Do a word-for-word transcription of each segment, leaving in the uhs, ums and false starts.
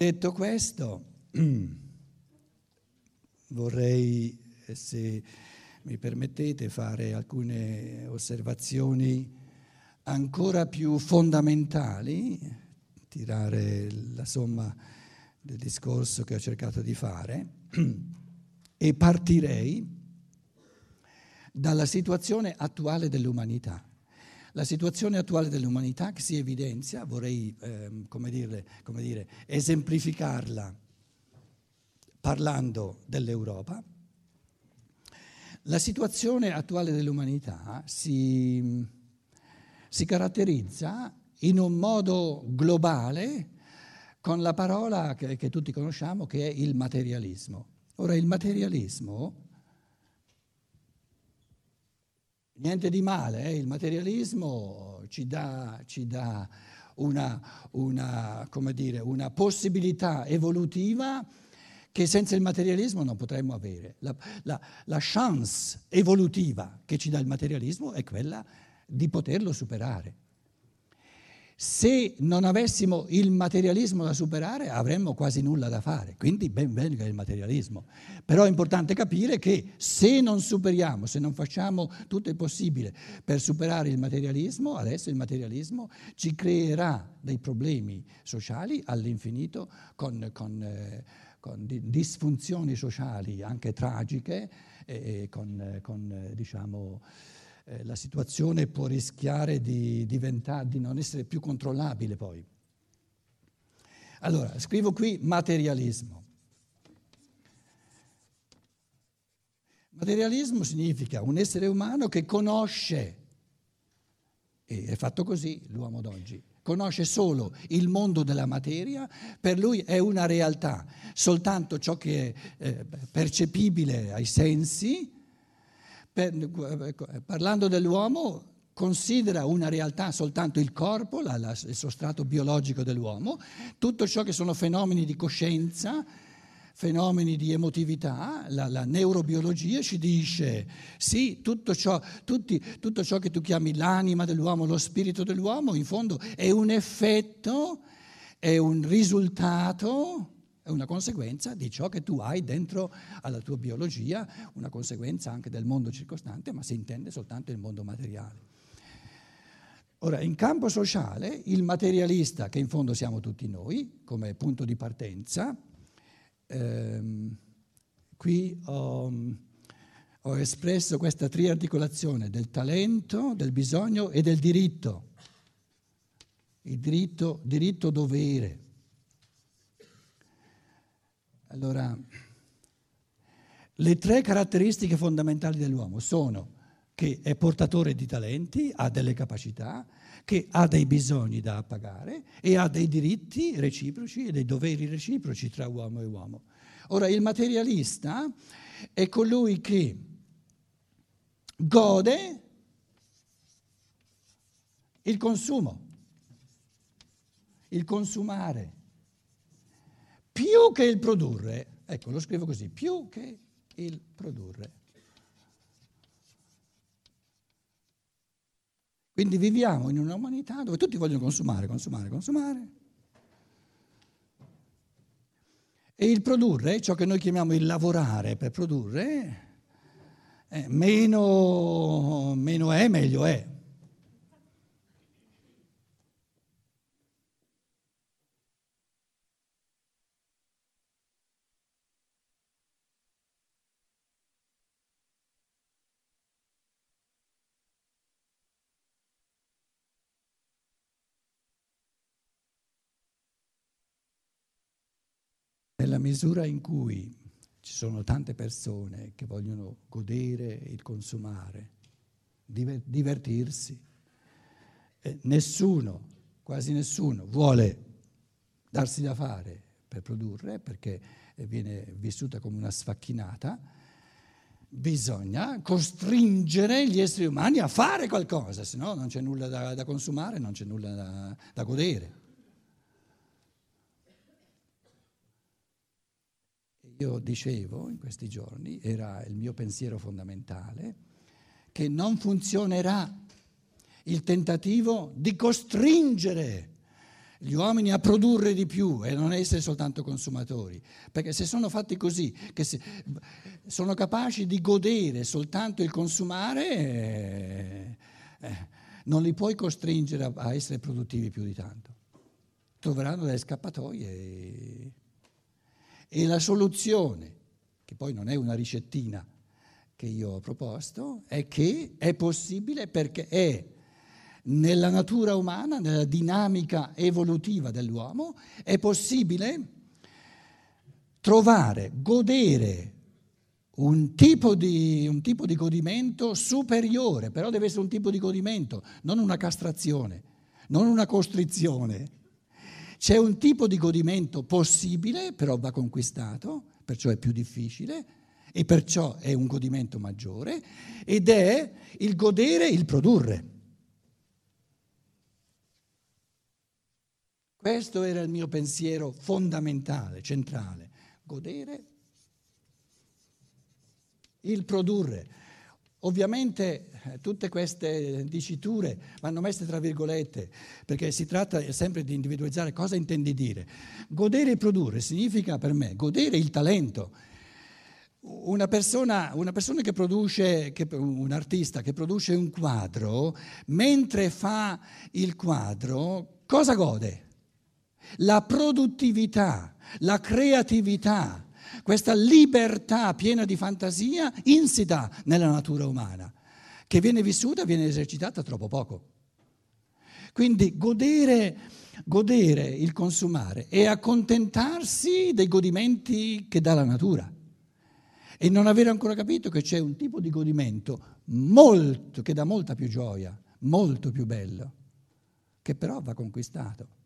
Detto questo, vorrei, se mi permettete, fare alcune osservazioni ancora più fondamentali, tirare la somma del discorso che ho cercato di fare, e partirei dalla situazione attuale dell'umanità. La situazione attuale dell'umanità che si evidenzia, vorrei ehm, come dire, come dire, esemplificarla parlando dell'Europa. La situazione attuale dell'umanità si, si caratterizza in un modo globale con la parola che, che tutti conosciamo, che è il materialismo. Ora, il materialismo, niente di male, eh? Il materialismo ci dà, ci dà una, una, come dire, una possibilità evolutiva che senza il materialismo non potremmo avere. La, la, la chance evolutiva che ci dà il materialismo è quella di poterlo superare. Se non avessimo il materialismo da superare avremmo quasi nulla da fare, quindi ben venga il materialismo. Però è importante capire che se non superiamo, se non facciamo tutto il possibile per superare il materialismo, adesso il materialismo ci creerà dei problemi sociali all'infinito con, con, eh, con disfunzioni sociali anche tragiche e con, con diciamo, Eh, la situazione può rischiare di diventare, di non essere più controllabile poi. Allora, scrivo qui materialismo. Materialismo significa un essere umano che conosce, e è fatto così l'uomo d'oggi, conosce solo il mondo della materia, per lui è una realtà, soltanto ciò che è eh, percepibile ai sensi. Per, parlando dell'uomo, considera una realtà soltanto il corpo, la, la, il sostrato biologico dell'uomo, tutto ciò che sono fenomeni di coscienza, fenomeni di emotività, la, la neurobiologia ci dice sì, tutto ciò, tutti, tutto ciò che tu chiami l'anima dell'uomo, lo spirito dell'uomo, in fondo è un effetto, è un risultato, è una conseguenza di ciò che tu hai dentro alla tua biologia, una conseguenza anche del mondo circostante, ma si intende soltanto il mondo materiale. Ora, in campo sociale, il materialista, che in fondo siamo tutti noi, come punto di partenza, ehm, qui ho, ho espresso questa triarticolazione del talento, del bisogno e del diritto. Il diritto, diritto dovere. Allora, le tre caratteristiche fondamentali dell'uomo sono che è portatore di talenti, ha delle capacità, che ha dei bisogni da appagare e ha dei diritti reciproci e dei doveri reciproci tra uomo e uomo. Ora, il materialista è colui che gode il consumo, il consumare. Più che il produrre, ecco, lo scrivo così, più che il produrre. Quindi viviamo in una umanità dove tutti vogliono consumare, consumare, consumare. E il produrre, ciò che noi chiamiamo il lavorare per produrre, eh, meno, meno è, meglio è. Nella misura in cui ci sono tante persone che vogliono godere il consumare, divertirsi, eh, nessuno, quasi nessuno vuole darsi da fare per produrre perché viene vissuta come una sfacchinata, bisogna costringere gli esseri umani a fare qualcosa, se no non c'è nulla da, da consumare, non c'è nulla da, da godere. Io dicevo in questi giorni, era il mio pensiero fondamentale, che non funzionerà il tentativo di costringere gli uomini a produrre di più e non essere soltanto consumatori, perché se sono fatti così, che se, sono capaci di godere soltanto il consumare, eh, eh, non li puoi costringere a, a essere produttivi più di tanto. Troveranno delle scappatoie e, e la soluzione, che poi non è una ricettina che io ho proposto, è che è possibile perché è nella natura umana, nella dinamica evolutiva dell'uomo, è possibile trovare, godere un tipo di, un tipo di godimento superiore, però deve essere un tipo di godimento, non una castrazione, non una costrizione. C'è un tipo di godimento possibile, però va conquistato, perciò è più difficile e perciò è un godimento maggiore, ed è il godere, il produrre. Questo era il mio pensiero fondamentale, centrale. Godere, il produrre. Ovviamente eh, tutte queste diciture vanno messe tra virgolette, perché si tratta sempre di individualizzare cosa intendi dire. Godere e produrre significa per me godere il talento. Una persona, una persona che produce, che, un artista che produce un quadro, mentre fa il quadro, cosa gode? La produttività, la creatività, questa libertà piena di fantasia insita nella natura umana, che viene vissuta, viene esercitata troppo poco. Quindi godere, godere il consumare e accontentarsi dei godimenti che dà la natura e non avere ancora capito che c'è un tipo di godimento molto, che dà molta più gioia, molto più bello, che però va conquistato.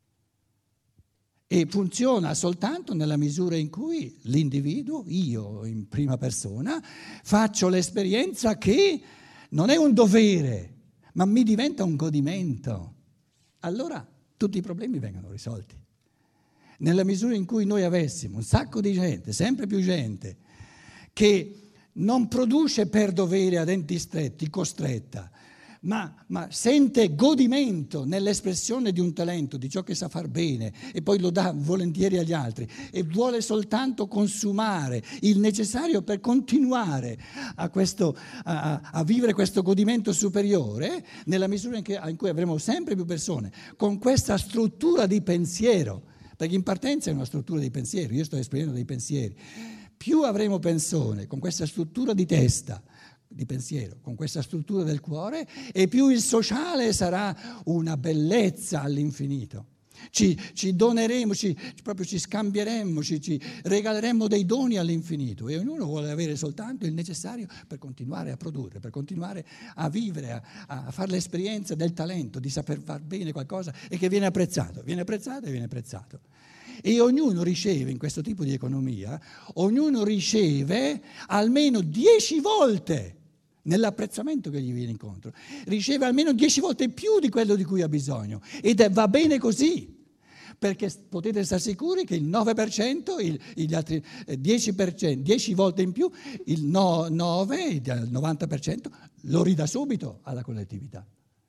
E funziona soltanto nella misura in cui l'individuo, io in prima persona, faccio l'esperienza che non è un dovere, ma mi diventa un godimento. Allora tutti i problemi vengono risolti. Nella misura in cui noi avessimo un sacco di gente, sempre più gente, che non produce per dovere a denti stretti, costretta, Ma, ma sente godimento nell'espressione di un talento, di ciò che sa far bene e poi lo dà volentieri agli altri e vuole soltanto consumare il necessario per continuare a, questo, a, a vivere questo godimento superiore, nella misura in, che, in cui avremo sempre più persone con questa struttura di pensiero, perché in partenza è una struttura di pensiero, io sto esprimendo dei pensieri, più avremo persone con questa struttura di testa, di pensiero, con questa struttura del cuore, e più il sociale sarà una bellezza all'infinito. Ci, ci doneremo, ci, proprio ci scambieremo, ci, ci regaleremo dei doni all'infinito e ognuno vuole avere soltanto il necessario per continuare a produrre, per continuare a vivere, a, a fare l'esperienza del talento, di saper far bene qualcosa e che viene apprezzato, viene apprezzato e viene apprezzato. E ognuno riceve, in questo tipo di economia, ognuno riceve almeno dieci volte nell'apprezzamento che gli viene incontro, riceve almeno dieci volte più di quello di cui ha bisogno ed è, va bene così, perché potete stare sicuri che il nove per cento, il, gli altri dieci per cento, dieci volte in più, il no, nove, il novanta per cento lo ridà subito alla collettività.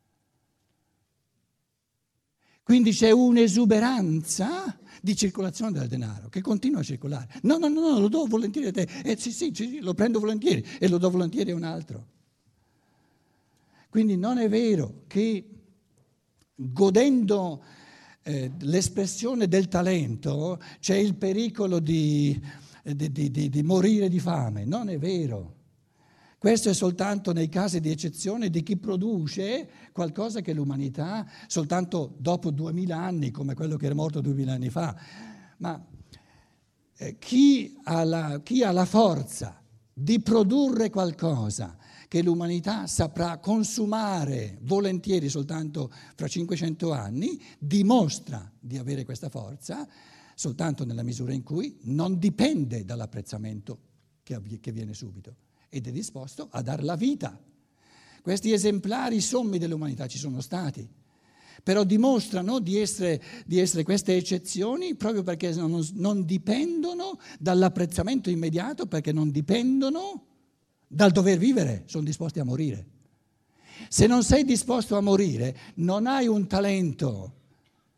Quindi c'è un'esuberanza di circolazione del denaro che continua a circolare. No, no, no, no, lo do volentieri a te. Eh, sì, sì, sì, lo prendo volentieri e lo do volentieri a un altro. Quindi non è vero che godendo eh, l'espressione del talento c'è il pericolo di, di, di, di, di morire di fame. Non è vero. Questo è soltanto nei casi di eccezione di chi produce qualcosa che l'umanità soltanto dopo duemila anni, come quello che era morto duemila anni fa, ma eh, chi, ha la, chi ha la forza di produrre qualcosa che l'umanità saprà consumare volentieri soltanto fra cinquecento anni, dimostra di avere questa forza soltanto nella misura in cui non dipende dall'apprezzamento che, avv- che viene subito. Ed è disposto a dar la vita. Questi esemplari sommi dell'umanità ci sono stati, però dimostrano di essere, di essere queste eccezioni proprio perché non, non dipendono dall'apprezzamento immediato, perché non dipendono dal dover vivere, sono disposti a morire. Se non sei disposto a morire, non hai un talento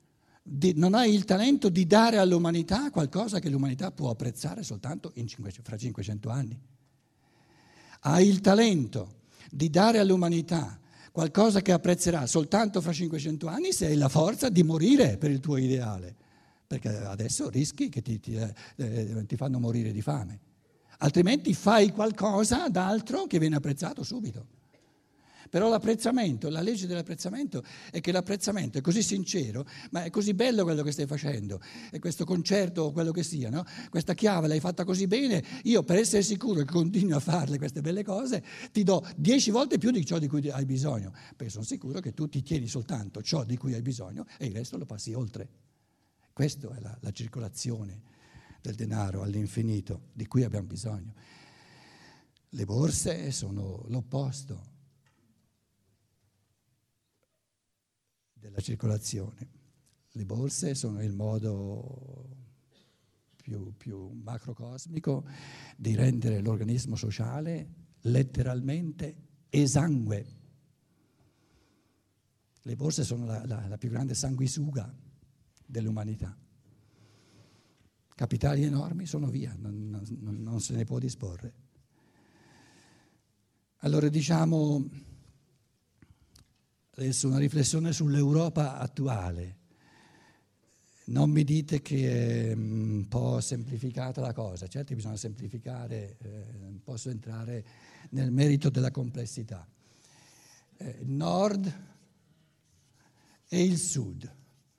di, non hai il talento di dare all'umanità qualcosa che l'umanità può apprezzare soltanto in cinque, fra cinquecento anni. Hai il talento di dare all'umanità qualcosa che apprezzerà soltanto fra cinquecento anni se hai la forza di morire per il tuo ideale, perché adesso rischi che ti, ti, eh, ti fanno morire di fame, altrimenti fai qualcosa d'altro che viene apprezzato subito. Però l'apprezzamento, la legge dell'apprezzamento è che l'apprezzamento è così sincero, ma è così bello quello che stai facendo, e questo concerto o quello che sia, no? Questa chiave l'hai fatta così bene, io per essere sicuro che continui a farle queste belle cose ti do dieci volte più di ciò di cui hai bisogno, perché sono sicuro che tu ti tieni soltanto ciò di cui hai bisogno e il resto lo passi oltre. Questa è la, la circolazione del denaro all'infinito di cui abbiamo bisogno. Le borse sono l'opposto della circolazione. Le borse sono il modo più, più macrocosmico di rendere l'organismo sociale letteralmente esangue. Le borse sono la, la, la più grande sanguisuga dell'umanità. Capitali enormi sono via, non, non, non se ne può disporre. Allora diciamo adesso una riflessione sull'Europa attuale. Non mi dite che è un po' semplificata la cosa, certo bisogna semplificare, eh, posso entrare nel merito della complessità. Eh, nord e il sud.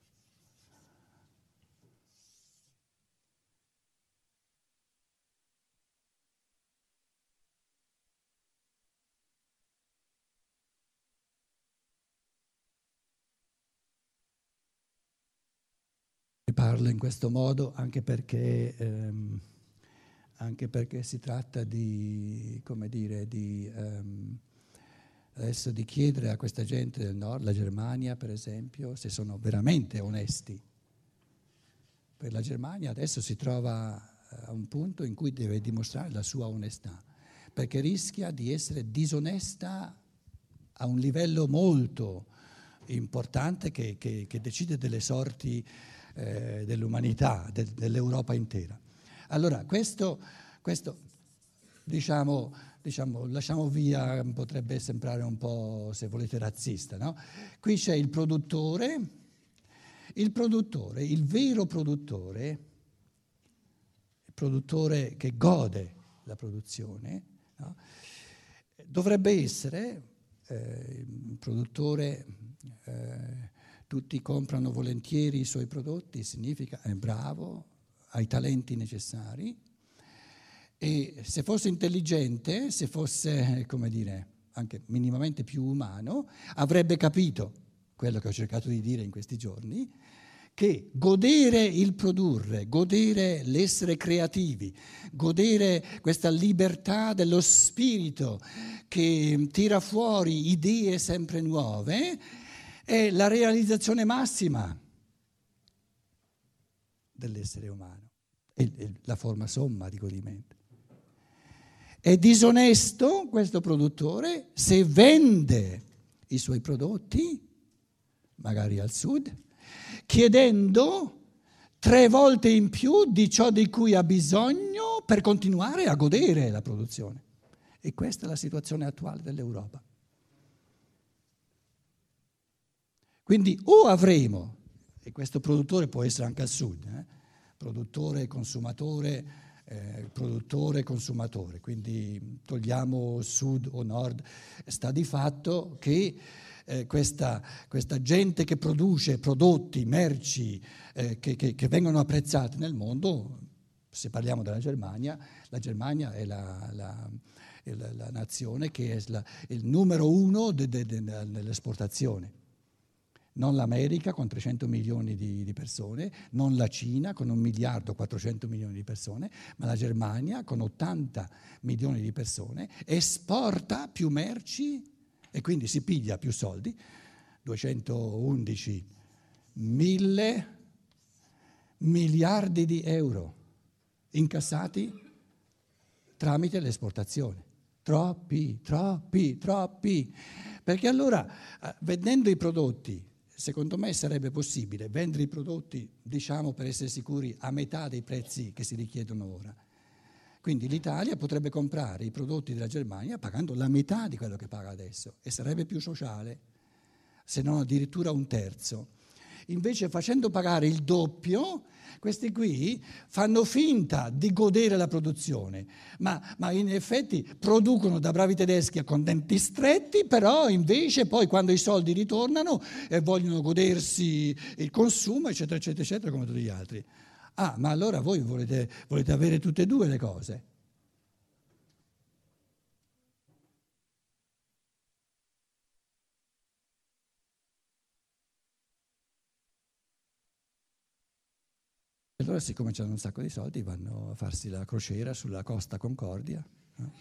Parlo in questo modo anche perché, ehm, anche perché si tratta di, come dire, di, ehm, adesso di chiedere a questa gente del nord, la Germania per esempio, se sono veramente onesti. Per la Germania adesso si trova a un punto in cui deve dimostrare la sua onestà, perché rischia di essere disonesta a un livello molto importante che, che, che decide delle sorti eh, dell'umanità, de, dell'Europa intera. Allora, questo, questo diciamo, diciamo, lasciamo via, potrebbe sembrare un po', se volete, razzista, no? Qui c'è il produttore, il produttore, il vero produttore, il produttore che gode la produzione, no? Dovrebbe essere eh, il produttore, eh, tutti comprano volentieri i suoi prodotti, significa è bravo, ha i talenti necessari e se fosse intelligente, se fosse, come dire, anche minimamente più umano, avrebbe capito quello che ho cercato di dire in questi giorni, che godere il produrre, godere l'essere creativi, godere questa libertà dello spirito che tira fuori idee sempre nuove, è la realizzazione massima dell'essere umano, è la forma somma di godimento. È disonesto questo produttore se vende i suoi prodotti, magari al sud, chiedendo tre volte in più di ciò di cui ha bisogno per continuare a godere la produzione. E questa è la situazione attuale dell'Europa. Quindi o avremo, e questo produttore può essere anche al sud, eh, produttore, consumatore, eh, produttore, consumatore, quindi togliamo sud o nord, sta di fatto che eh, questa, questa gente che produce prodotti, merci eh, che, che, che vengono apprezzati nel mondo, se parliamo della Germania, la Germania è la, la, è la, la nazione che è la, il numero uno de, de, de, nell'esportazione. Non l'America con trecento milioni di, di persone, non la Cina con un miliardo quattrocento milioni di persone, ma la Germania con ottanta milioni di persone esporta più merci e quindi si piglia più soldi, duecentoundici mille miliardi di euro incassati tramite l'esportazione. Troppi, troppi, troppi. Perché allora, vendendo i prodotti, secondo me sarebbe possibile vendere i prodotti, diciamo per essere sicuri, a metà dei prezzi che si richiedono ora. Quindi l'Italia potrebbe comprare i prodotti della Germania pagando la metà di quello che paga adesso e sarebbe più sociale, se non addirittura un terzo. Invece facendo pagare il doppio, questi qui fanno finta di godere la produzione, ma, ma in effetti producono da bravi tedeschi con denti stretti, però invece poi quando i soldi ritornano eh, vogliono godersi il consumo, eccetera, eccetera, eccetera, come tutti gli altri. Ah, ma allora voi volete, volete avere tutte e due le cose? E allora, siccome hanno un sacco di soldi, vanno a farsi la crociera sulla Costa Concordia. No?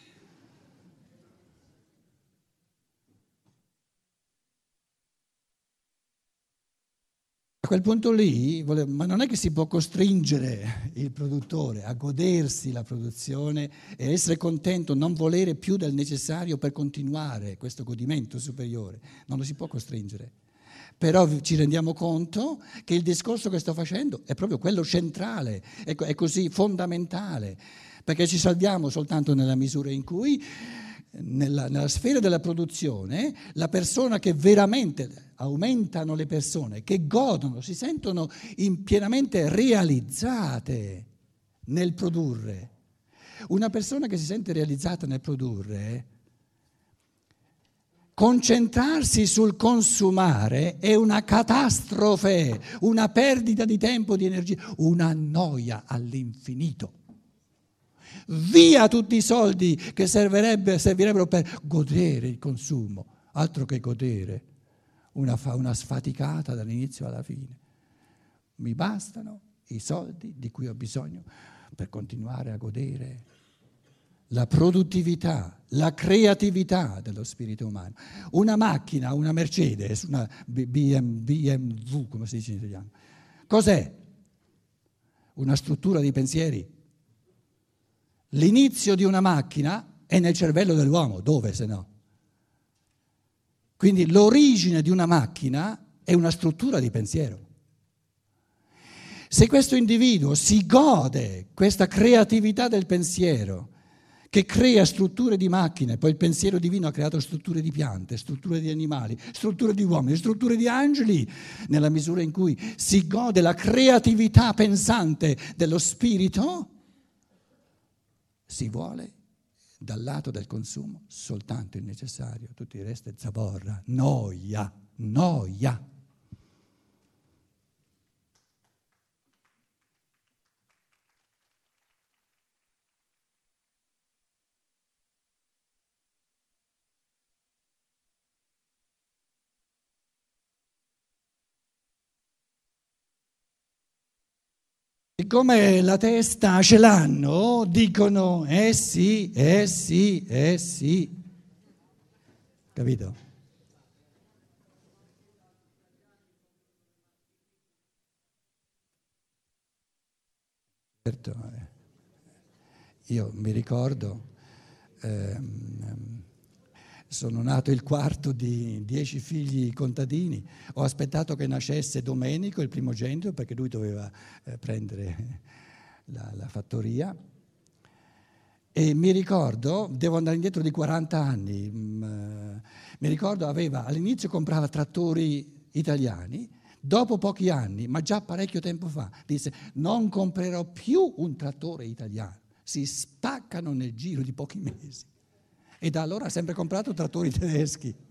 A quel punto lì, vole- ma non è che si può costringere il produttore a godersi la produzione e essere contento, non volere più del necessario per continuare questo godimento superiore. Non lo si può costringere. Però ci rendiamo conto che il discorso che sto facendo è proprio quello centrale, è, è così fondamentale, perché ci salviamo soltanto nella misura in cui nella, nella sfera della produzione la persona che veramente aumentano le persone, che godono, si sentono in- pienamente realizzate nel produrre. Una persona che si sente realizzata nel produrre, concentrarsi sul consumare è una catastrofe, una perdita di tempo, di energia, una noia all'infinito. Via tutti i soldi che servirebbe, servirebbero per godere il consumo, altro che godere, una, fa, una sfaticata dall'inizio alla fine. Mi bastano i soldi di cui ho bisogno per continuare a godere la produttività, la creatività dello spirito umano. Una macchina, una Mercedes, una B M W, come si dice in italiano, cos'è? Una struttura di pensieri. L'inizio di una macchina è nel cervello dell'uomo, dove se no? Quindi l'origine di una macchina è una struttura di pensiero. Se questo individuo si gode questa creatività del pensiero, che crea strutture di macchine, poi il pensiero divino ha creato strutture di piante, strutture di animali, strutture di uomini, strutture di angeli, nella misura in cui si gode la creatività pensante dello spirito, si vuole dal lato del consumo soltanto il necessario, tutto il resto è zavorra, noia, noia. Siccome la testa ce l'hanno, dicono eh sì, eh sì, eh sì. Capito? Certo, eh. Io mi ricordo, ehm, sono nato il quarto di dieci figli contadini, ho aspettato che nascesse Domenico, il primogenito, perché lui doveva eh, prendere la, la fattoria. E mi ricordo, devo andare indietro di quaranta anni, mh, eh, mi ricordo aveva, all'inizio comprava trattori italiani, dopo pochi anni, ma già parecchio tempo fa, disse non comprerò più un trattore italiano, si spaccano nel giro di pochi mesi. E da allora ha sempre comprato trattori tedeschi.